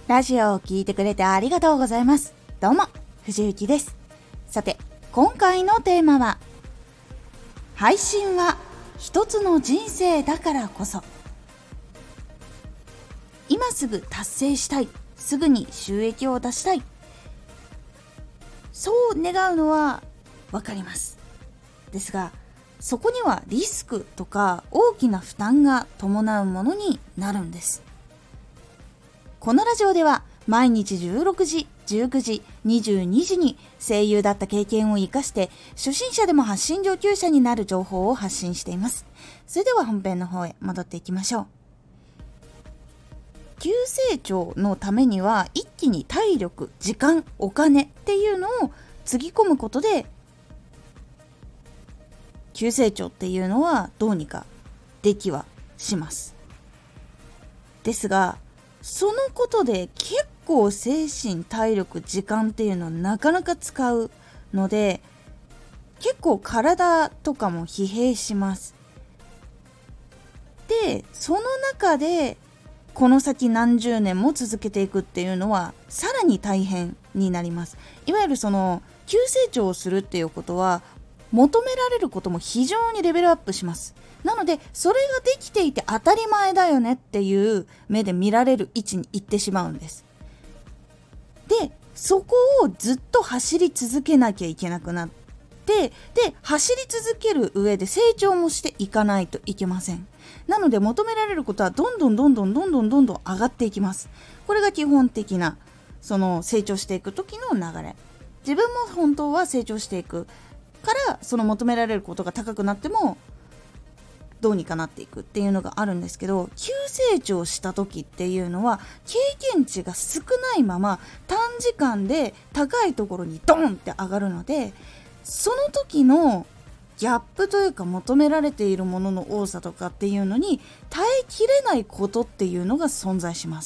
ラジオを聞いてくれてありがとうございます。どうも、藤幸です。さて、今回のテーマは、配信は一つの人生だからこそ。今すぐ達成したい、すぐに収益を出したい。そう願うのはわかります。ですが、そこにはリスクとか大きな負担が伴うものになるんです。このラジオでは毎日16時、19時、22時に声優だった経験を生かして初心者でも発信上級者になる情報を発信しています。それでは本編の方へ戻っていきましょう。急成長のためには一気に体力、時間、お金っていうのをつぎ込むことで急成長っていうのはどうにかできはします。ですが、そのことで結構精神、体力、時間っていうのをなかなか使うので、結構体とかも疲弊します。で、その中でこの先何十年も続けていくっていうのはさらに大変になります。いわゆるその急成長をするっていうことは求められることも非常にレベルアップします。なのでそれができていて当たり前だよねっていう目で見られる位置に行ってしまうんです。で、そこをずっと走り続けなきゃいけなくなって、で走り続ける上で成長もしていかないといけません。なので求められることはどんどん上がっていきます。これが基本的なその成長していく時の流れ。自分も本当は成長していくからその求められることが高くなってもどうにかなっていくっていうのがあるんですけど、急成長した時っていうのは経験値が少ないまま短時間で高いところにドンって上がるので、その時のギャップというか求められているものの多さとかっていうのに耐えきれないことっていうのが存在します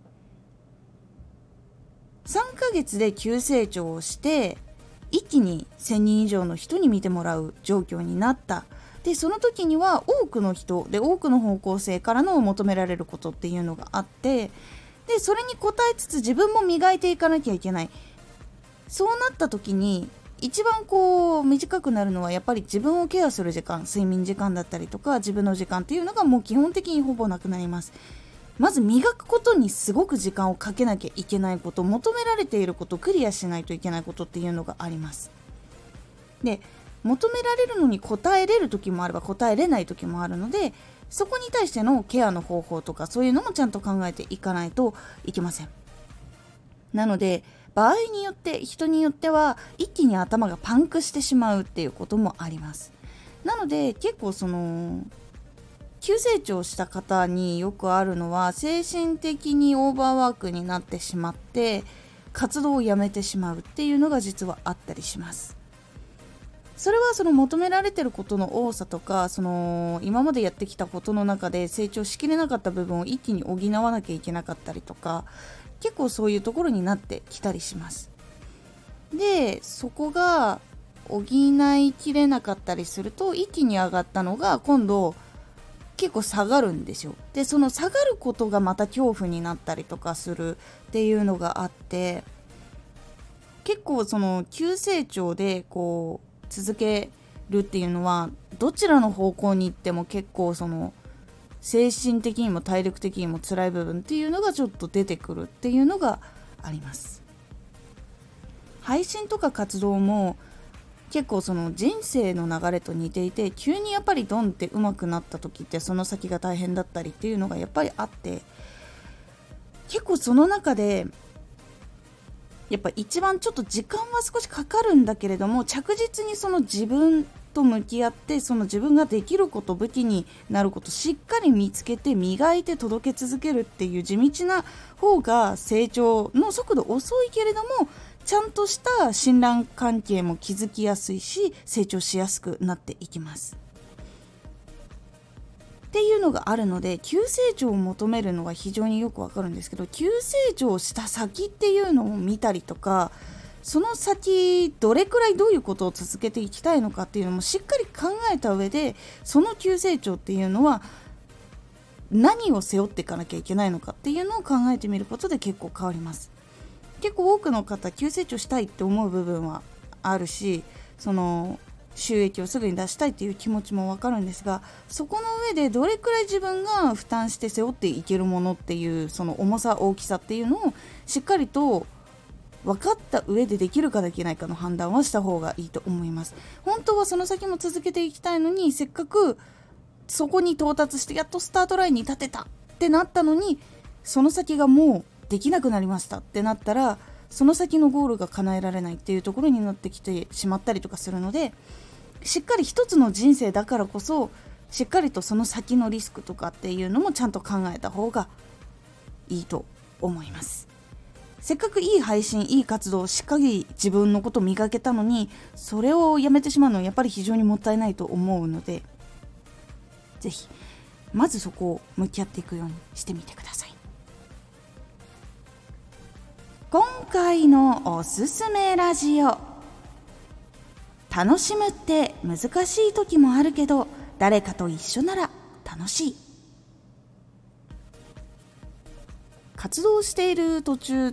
。3ヶ月で急成長をして一気に1000人以上の人に見てもらう状況になった。で、その時には多くの人で多くの方向性からの求められることっていうのがあって、でそれに応えつつ自分も磨いていかなきゃいけない。そうなった時に一番短くなるのはやっぱり自分をケアする時間、睡眠時間だったりとか自分の時間っていうのがもう基本的にほぼなくなります。まず磨くことにすごく時間をかけなきゃいけないこと、求められていること、クリアしないといけないことっていうのがあります。で、求められるのに応えれる時もあれば応えれない時もあるので、そこに対してのケアの方法とかそういうのもちゃんと考えていかないといけません。なので場合によって人によっては一気に頭がパンクしてしまうっていうこともあります。なので結構その急成長した方によくあるのは精神的にオーバーワークになってしまって活動をやめてしまうっていうのが実はあったりします。それはその求められてることの多さとか、その今までやってきたことの中で成長しきれなかった部分を一気に補わなきゃいけなかったりとか、結構そういうところになってきたりします。で、そこが補いきれなかったりすると一気に上がったのが今度結構下がるんですよ。で、その下がることがまた恐怖になったりとかするっていうのがあって、結構その急成長で続けるっていうのはどちらの方向に行っても結構その精神的にも体力的にも辛い部分っていうのがちょっと出てくるっていうのがあります。配信とか活動も結構その人生の流れと似ていて、急にやっぱりドンって上手くなった時ってその先が大変だったりっていうのがやっぱりあって、結構その中でやっぱ一番ちょっと時間は少しかかるんだけれども、着実にその自分と向き合って、その自分ができること、武器になることしっかり見つけて磨いて届け続けるっていう地道な方が成長の速度遅いけれどもちゃんとした信頼関係も築きやすいし成長しやすくなっていきますっていうのがあるので、急成長を求めるのは非常によくわかるんですけど、急成長した先っていうのを見たりとか、その先どれくらいどういうことを続けていきたいのかっていうのもしっかり考えた上で、その急成長っていうのは何を背負っていかなきゃいけないのかっていうのを考えてみることで結構変わります。結構多くの方急成長したいって思う部分はあるし、その収益をすぐに出したいっていう気持ちもわかるんですが、そこの上でどれくらい自分が負担して背負っていけるものっていうその重さ大きさっていうのをしっかりと分かった上でできるかできないかの判断はした方がいいと思います。本当はその先も続けていきたいのに、せっかくそこに到達してやっとスタートラインに立てたってなったのに、その先がもうできなくなりましたってなったら、その先のゴールが叶えられないっていうところになってきてしまったりとかするので、しっかり一つの人生だからこそしっかりとその先のリスクとかっていうのもちゃんと考えた方がいいと思います。せっかくいい配信、いい活動をしっかり自分のことを磨けたのに、それをやめてしまうのはやっぱり非常にもったいないと思うので、ぜひまずそこを向き合っていくようにしてみてください。今回のおすすめラジオ。楽しむって難しい時もあるけど、誰かと一緒なら楽しい。活動している途中って、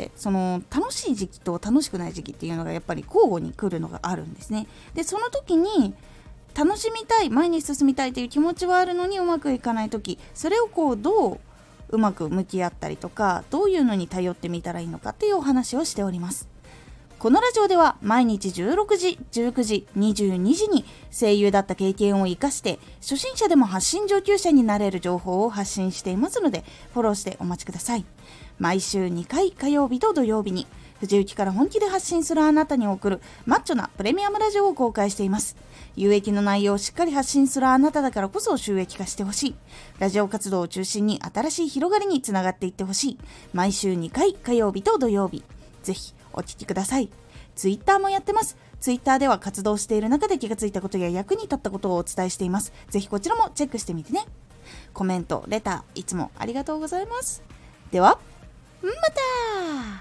その楽しい時期と楽しくない時期っていうのがやっぱり交互に来るのがあるんですね。でその時に楽しみたい、前に進みたいという気持ちはあるのにうまくいかない時、それをどううまく向き合ったりとか、どういうのに頼ってみたらいいのかっていうお話をしております。このラジオでは毎日16時、19時、22時に声優だった経験を生かして初心者でも発信上級者になれる情報を発信していますので、フォローしてお待ちください。毎週2回、火曜日と土曜日に藤雪から本気で発信するあなたに送るマッチョなプレミアムラジオを公開しています。有益の内容をしっかり発信するあなただからこそ収益化してほしい。ラジオ活動を中心に新しい広がりにつながっていってほしい。毎週2回、火曜日と土曜日、ぜひお聞きください。ツイッターもやってます。ツイッターでは活動している中で気がついたことや役に立ったことをお伝えしています。ぜひこちらもチェックしてみてね。コメント、レター、いつもありがとうございます。では、また。